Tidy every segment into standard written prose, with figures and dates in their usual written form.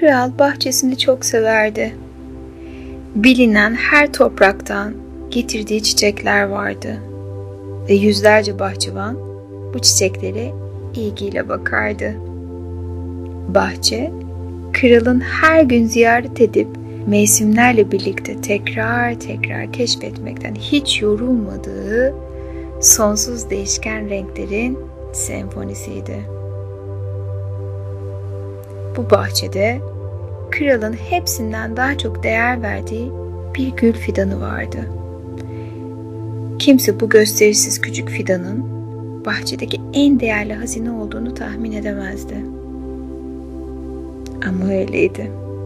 Kral bahçesini çok severdi. Bilinen her topraktan getirdiği çiçekler vardı ve yüzlerce bahçıvan bu çiçeklere ilgiyle bakardı. Bahçe, kralın her gün ziyaret edip mevsimlerle birlikte tekrar tekrar keşfetmekten hiç yorulmadığı sonsuz değişken renklerin senfonisiydi. Bu bahçede kralın hepsinden daha çok değer verdiği bir gül fidanı vardı. Kimse bu gösterişsiz küçük fidanın bahçedeki en değerli hazine olduğunu tahmin edemezdi. Ama öyleydi.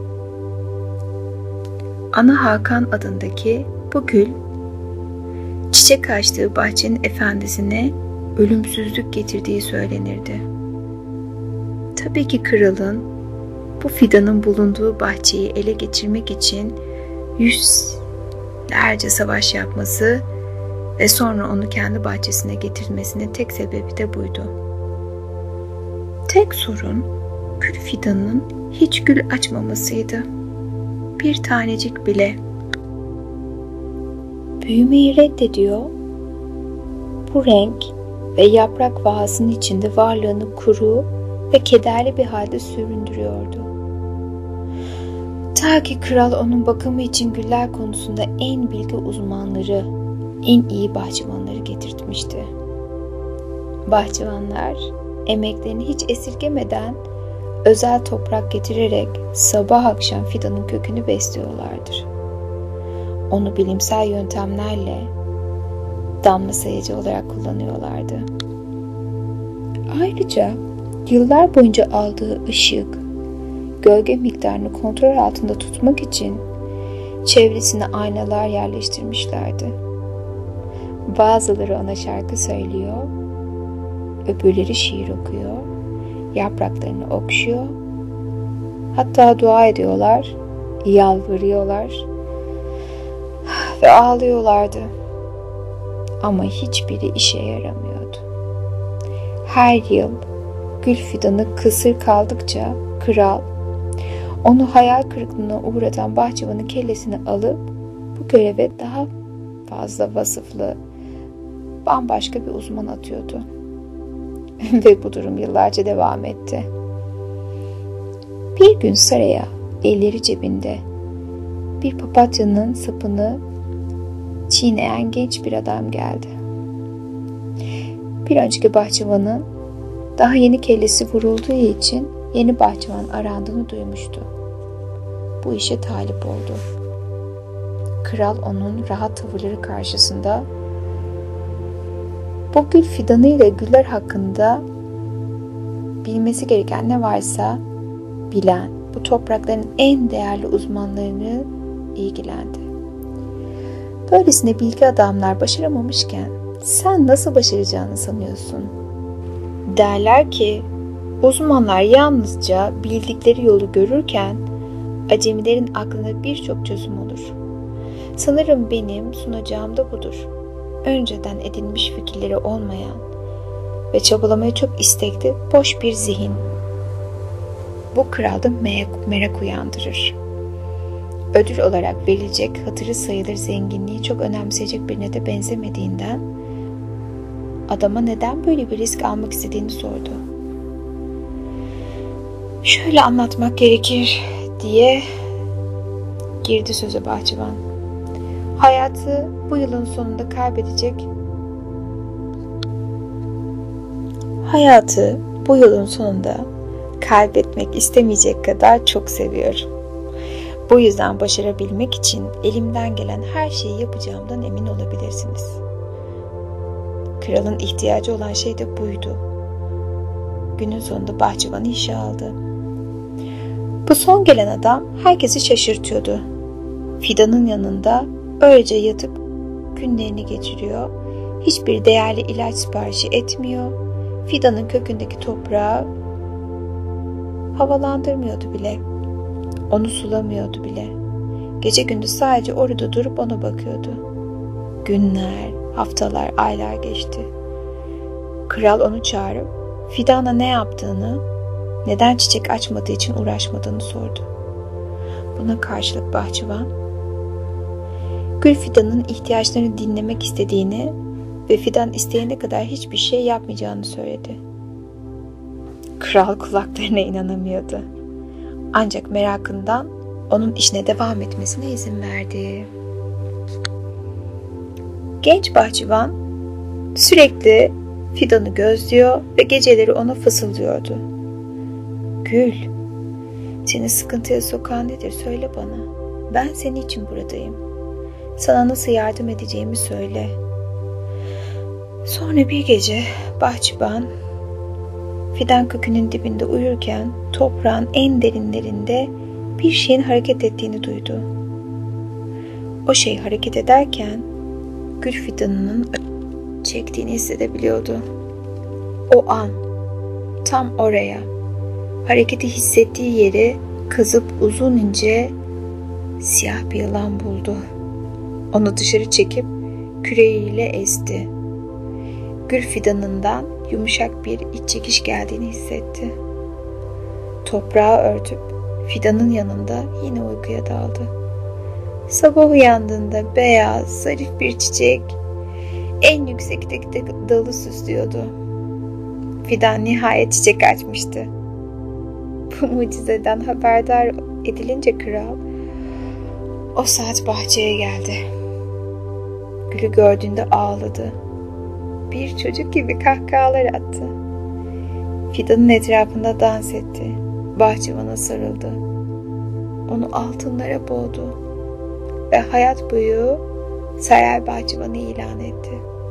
Ana Hakan adındaki bu gül, çiçek açtığı bahçenin efendisine ölümsüzlük getirdiği söylenirdi. Tabii ki kralın bu fidanın bulunduğu bahçeyi ele geçirmek için yüzlerce savaş yapması ve sonra onu kendi bahçesine getirmesinin tek sebebi de buydu. Tek sorun gül fidanının hiç gül açmamasıydı. Bir tanecik bile. Büyümeyi reddediyor. Bu renk ve yaprak vahasının içinde varlığını kuru ve kederli bir halde süründürüyordu. Ta ki kral onun bakımı için güller konusunda en bilgi uzmanları, en iyi bahçıvanları getirtmişti. Bahçıvanlar emeklerini hiç esirgemeden özel toprak getirerek sabah akşam fidanın kökünü besliyorlardır. Onu bilimsel yöntemlerle damla sayıcı olarak kullanıyorlardı. Ayrıca yıllar boyunca aldığı ışık, gölge miktarını kontrol altında tutmak için çevresine aynalar yerleştirmişlerdi. Bazıları ona şarkı söylüyor, öbürleri şiir okuyor, yapraklarını okşuyor, hatta dua ediyorlar, yalvarıyorlar ve ağlıyorlardı. Ama hiçbiri işe yaramıyordu. Her yıl gül fidanı kısır kaldıkça kral onu hayal kırıklığına uğratan bahçıvanın kellesini alıp bu göreve daha fazla vasıflı, bambaşka bir uzman atıyordu. Ve bu durum yıllarca devam etti. Bir gün saraya elleri cebinde bir papatyanın sapını çiğneyen genç bir adam geldi. Bir önceki bahçıvanın daha yeni kellesi vurulduğu için yeni bahçıvan arandığını duymuştu. Bu işe talip oldu. Kral onun rahat tavırları karşısında bu gül fidanı ile güller hakkında bilmesi gereken ne varsa bilen bu toprakların en değerli uzmanlarını ilgilendi. Böylesine bilgi adamlar başaramamışken sen nasıl başaracağını sanıyorsun? Derler ki uzmanlar yalnızca bildikleri yolu görürken acemilerin aklına birçok çözüm olur. Sanırım benim sunacağım da budur. Önceden edinmiş fikirleri olmayan ve çabalamaya çok istekli boş bir zihin. Bu kralda merak uyandırır. Ödül olarak verilecek hatırı sayılır zenginliği çok önemseyecek birine de benzemediğinden adama neden böyle bir risk almak istediğini sordu. Şöyle anlatmak gerekir diye girdi söze bahçıvan. Hayatı bu yılın sonunda kaybetmek istemeyecek kadar çok seviyorum. Bu yüzden başarabilmek için elimden gelen her şeyi yapacağımdan emin olabilirsiniz. Kralın ihtiyacı olan şey de buydu. Günün sonunda bahçıvanı işe aldı. Bu son gelen adam herkesi şaşırtıyordu. Fidanın yanında öylece yatıp günlerini geçiriyor. Hiçbir değerli ilaç siparişi etmiyor. Fidanın kökündeki toprağı havalandırmıyordu bile. Onu sulamıyordu bile. Gece gündüz sadece orada durup ona bakıyordu. Günler, haftalar, aylar geçti. Kral onu çağırıp fidana ne yaptığını neden çiçek açmadığı için uğraşmadığını sordu. Buna karşılık bahçıvan, gül fidanın ihtiyaçlarını dinlemek istediğini ve fidan isteyene kadar hiçbir şey yapmayacağını söyledi. Kral kulaklarına inanamıyordu. Ancak merakından onun işine devam etmesine izin verdi. Genç bahçıvan sürekli fidanı gözlüyor ve geceleri ona fısıldıyordu. Gül, seni sıkıntıya sokan nedir söyle bana. Ben senin için buradayım. Sana nasıl yardım edeceğimi söyle. Sonra bir gece bahçıvan fidan kökünün dibinde uyurken toprağın en derinlerinde bir şeyin hareket ettiğini duydu. O şey hareket ederken gül fidanının çektiğini hissedebiliyordu. O an tam oraya, hareketi hissettiği yeri kazıp uzun ince siyah bir yılan buldu. Onu dışarı çekip küreğiyle ezdi. Gül fidanından yumuşak bir iç çekiş geldiğini hissetti. Toprağı örtüp fidanın yanında yine uykuya daldı. Sabah uyandığında beyaz, zarif bir çiçek en yüksekteki dalı süslüyordu. Fidan nihayet çiçek açmıştı. Bu mucizeden haberdar edilince kral o saat bahçeye geldi. Gülü gördüğünde ağladı. Bir çocuk gibi kahkahalar attı. Fidanın etrafında dans etti. Bahçıvana sarıldı. Onu altınlara boğdu. Ve hayat boyu saray bahçıvanı ilan etti.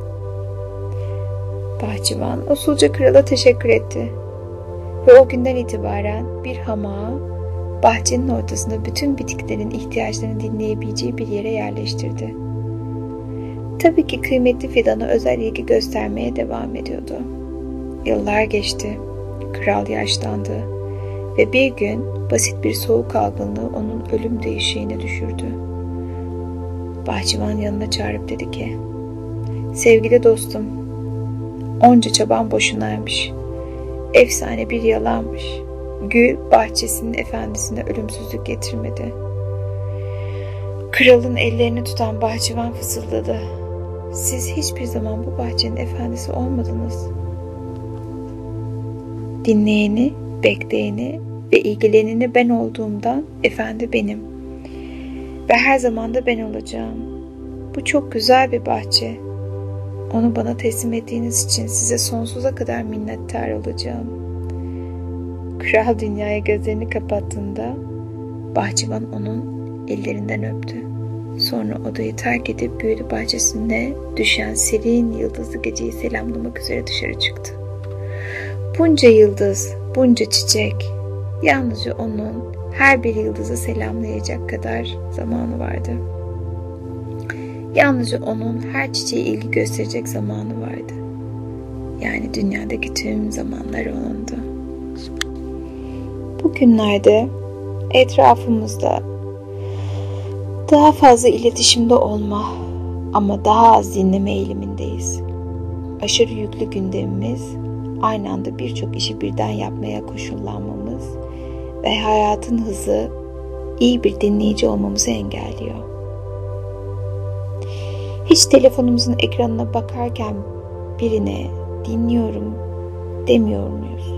Bahçıvan usulca krala teşekkür etti. Ve o günden itibaren bir hamağı bahçenin ortasında bütün bitkilerin ihtiyaçlarını dinleyebileceği bir yere yerleştirdi. Tabii ki kıymetli fidana özel ilgi göstermeye devam ediyordu. Yıllar geçti. Kral yaşlandı. Ve bir gün basit bir soğuk algınlığı onun ölüm döşeğine düşürdü. Bahçıvan yanına çağırıp dedi ki, sevgili dostum, onca çaban boşunaymış. Efsane bir yalanmış. Gül bahçesinin efendisine ölümsüzlük getirmedi. Kralın ellerini tutan bahçıvan fısıldadı. Siz hiçbir zaman bu bahçenin efendisi olmadınız. Dinleyeni, bekleyeni ve ilgileneni ben olduğumdan efendi benim. Ve her zaman da ben olacağım. Bu çok güzel bir bahçe. Onu bana teslim ettiğiniz için size sonsuza kadar minnettar olacağım. Kral dünyaya gözlerini kapattığında bahçıvan onun ellerinden öptü. Sonra odayı terk edip gül bahçesine düşen serin yıldızlı geceyi selamlamak üzere dışarı çıktı. Bunca yıldız, bunca çiçek, yalnızca onun her bir yıldızı selamlayacak kadar zamanı vardı. Yalnızca onun her çiçeğe ilgi gösterecek zamanı vardı. Yani dünyadaki tüm zamanlar onundu. Bugünlerde etrafımızda daha fazla iletişimde olma ama daha az dinleme eğilimindeyiz. Aşırı yüklü gündemimiz, aynı anda birçok işi birden yapmaya koşullanmamız ve hayatın hızı iyi bir dinleyici olmamızı engelliyor. Hiç telefonumuzun ekranına bakarken birine dinliyorum demiyor muyuz?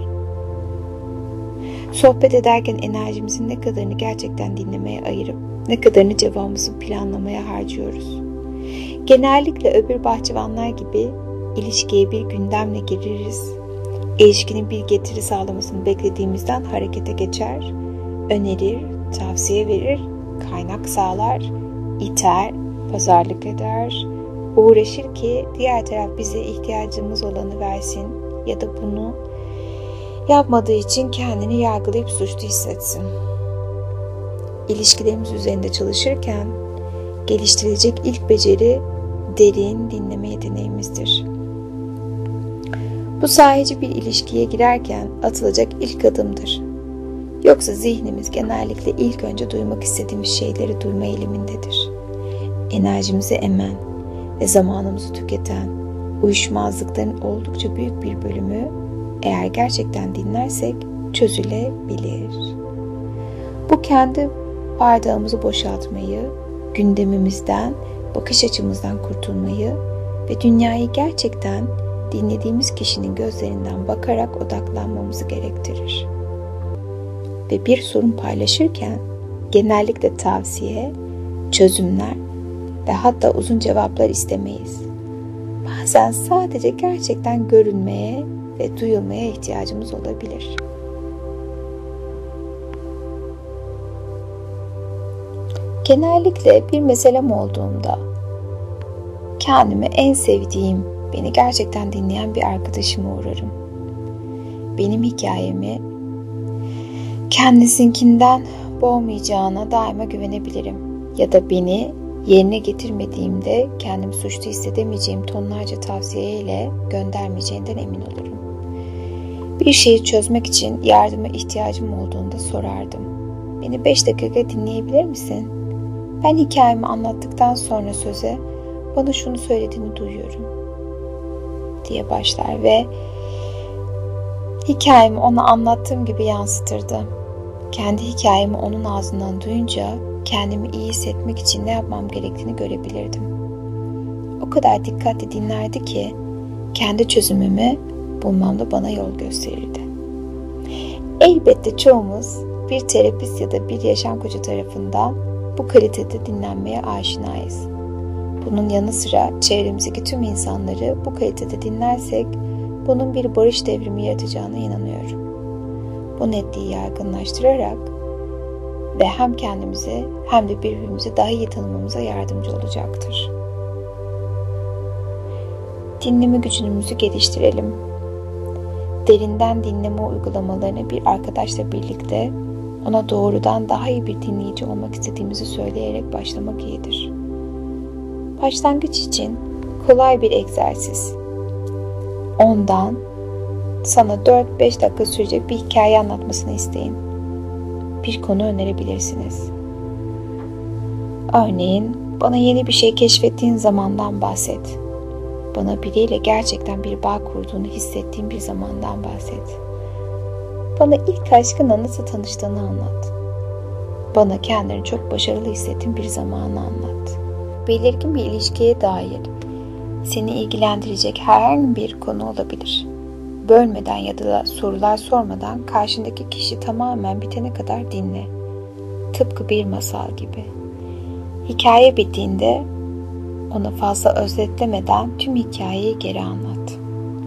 Sohbet ederken enerjimizin ne kadarını gerçekten dinlemeye ayırıp ne kadarını cevabımızı planlamaya harcıyoruz? Genellikle öbür bahçıvanlar gibi ilişkiye bir gündemle gireriz. İlişkinin bir getiri sağlamasını beklediğimizden harekete geçer, önerir, tavsiye verir, kaynak sağlar, iter, pazarlık eder, uğraşır ki diğer taraf bize ihtiyacımız olanı versin ya da bunu yapmadığı için kendini yargılayıp suçlu hissetsin. İlişkilerimiz üzerinde çalışırken geliştirilecek ilk beceri derin dinleme yeteneğimizdir. Bu sahici bir ilişkiye girerken atılacak ilk adımdır. Yoksa zihnimiz genellikle ilk önce duymak istediğimiz şeyleri duyma eğilimindedir. Enerjimizi emen ve zamanımızı tüketen uyuşmazlıkların oldukça büyük bir bölümü eğer gerçekten dinlersek çözülebilir. Bu kendi bardağımızı boşaltmayı, gündemimizden, bakış açımızdan kurtulmayı ve dünyayı gerçekten dinlediğimiz kişinin gözlerinden bakarak odaklanmamızı gerektirir. Ve bir sorun paylaşırken genellikle tavsiye, çözümler ve hatta uzun cevaplar istemeyiz. Bazen sadece gerçekten görünmeye ve duyulmaya ihtiyacımız olabilir. Genellikle bir meselem olduğunda kendime en sevdiğim, beni gerçekten dinleyen bir arkadaşıma uğrarım. Benim hikayemi kendisinkinden boğmayacağına daima güvenebilirim. Ya da beni yerine getirmediğimde kendimi suçlu hissedemeyeceğim tonlarca tavsiyeyle göndermeyeceğinden emin olurum. Bir şeyi çözmek için yardıma ihtiyacım olduğunda sorardım. Beni 5 dakika dinleyebilir misin? Ben hikayemi anlattıktan sonra söze bana şunu söylediğini duyuyorum diye başlar ve hikayemi ona anlattığım gibi yansıtırdı. Kendi hikayemi onun ağzından duyunca kendimi iyi hissetmek için ne yapmam gerektiğini görebilirdim. O kadar dikkatli dinlerdi ki kendi çözümümü bulmamda bana yol gösterirdi. Elbette çoğumuz bir terapist ya da bir yaşam koçu tarafından bu kalitede dinlenmeye aşinayız. Bunun yanı sıra çevremizdeki tüm insanları bu kalitede dinlersek bunun bir barış devrimi yaratacağına inanıyorum. Bu netliği yaygınlaştırarak ve hem kendimizi hem de birbirimizi daha iyi tanımamıza yardımcı olacaktır. Dinleme gücümüzü geliştirelim. Derinden dinleme uygulamalarını bir arkadaşla birlikte ona doğrudan daha iyi bir dinleyici olmak istediğimizi söyleyerek başlamak iyidir. Başlangıç için kolay bir egzersiz. Ondan sana 4-5 dakika sürecek bir hikaye anlatmasını isteyin. Bir konu önerebilirsiniz. Örneğin bana yeni bir şey keşfettiğin zamandan bahset. Bana biriyle gerçekten bir bağ kurduğunu hissettiğin bir zamandan bahset. Bana ilk aşkınla nasıl tanıştığını anlat. Bana kendini çok başarılı hissettiğin bir zamanı anlat. Belirgin bir ilişkiye dair seni ilgilendirecek herhangi bir konu olabilir. Bölmeden ya da sorular sormadan karşındaki kişi tamamen bitene kadar dinle. Tıpkı bir masal gibi. Hikaye bittiğinde ona fazla özetlemeden tüm hikayeyi geri anlat.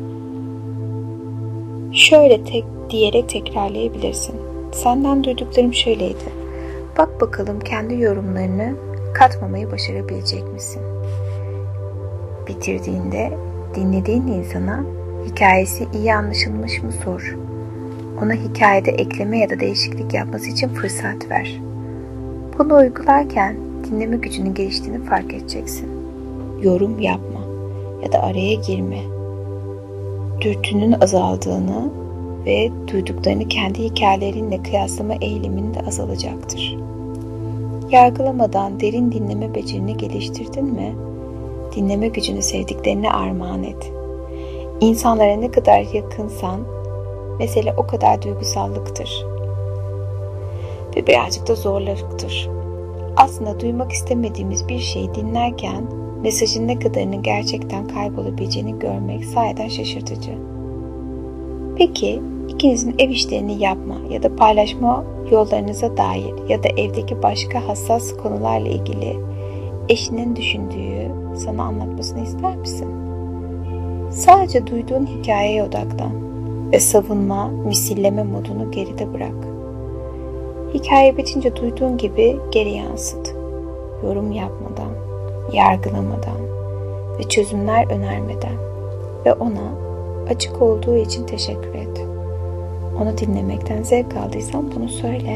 Şöyle diyerek tekrarlayabilirsin. Senden duyduklarım şöyleydi. Bak bakalım kendi yorumlarını katmamayı başarabilecek misin? Bitirdiğinde dinlediğin insana hikayesi iyi anlaşılmış mı sor. Ona hikayede ekleme ya da değişiklik yapması için fırsat ver. Bunu uygularken dinleme gücünün geliştiğini fark edeceksin. Yorum yapma ya da araya girme. Dürtünün azaldığını ve duyduklarını kendi hikayelerinle kıyaslama eğiliminin de azalacaktır. Yargılamadan derin dinleme becerini geliştirdin mi? Dinleme gücünü sevdiklerine armağan et. İnsanlara ne kadar yakınsan, mesele o kadar duygusallıktır. Ve birazcık da zorluktur. Aslında duymak istemediğimiz bir şeyi dinlerken, mesajın ne kadarının gerçekten kaybolabileceğini görmek sahiden şaşırtıcı. Peki, ikinizin ev işlerini yapma ya da paylaşma yollarınıza dair ya da evdeki başka hassas konularla ilgili eşinin düşündüğü sana anlatmasını ister misin? Sadece duyduğun hikayeye odaklan ve savunma, misilleme modunu geride bırak. Hikaye bitince duyduğun gibi geri yansıt. Yorum yapmadan, yargılamadan ve çözümler önermeden ve ona açık olduğu için teşekkür et. Onu dinlemekten zevk aldıysan bunu söyle.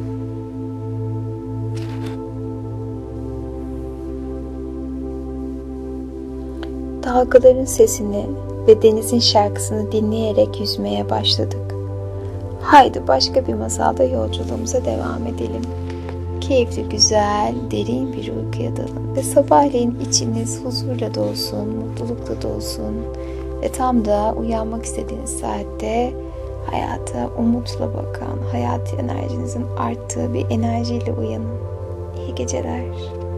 Dalgaların sesini ve denizin şarkısını dinleyerek yüzmeye başladık. Haydi başka bir masalda yolculuğumuza devam edelim. Keyifli, güzel, derin bir uykuya dalın ve sabahleyin içiniz huzurla dolsun, mutlulukla dolsun ve tam da uyanmak istediğiniz saatte Hayata umutla bakan, hayat enerjinizin arttığı bir enerjiyle uyanın. İyi geceler.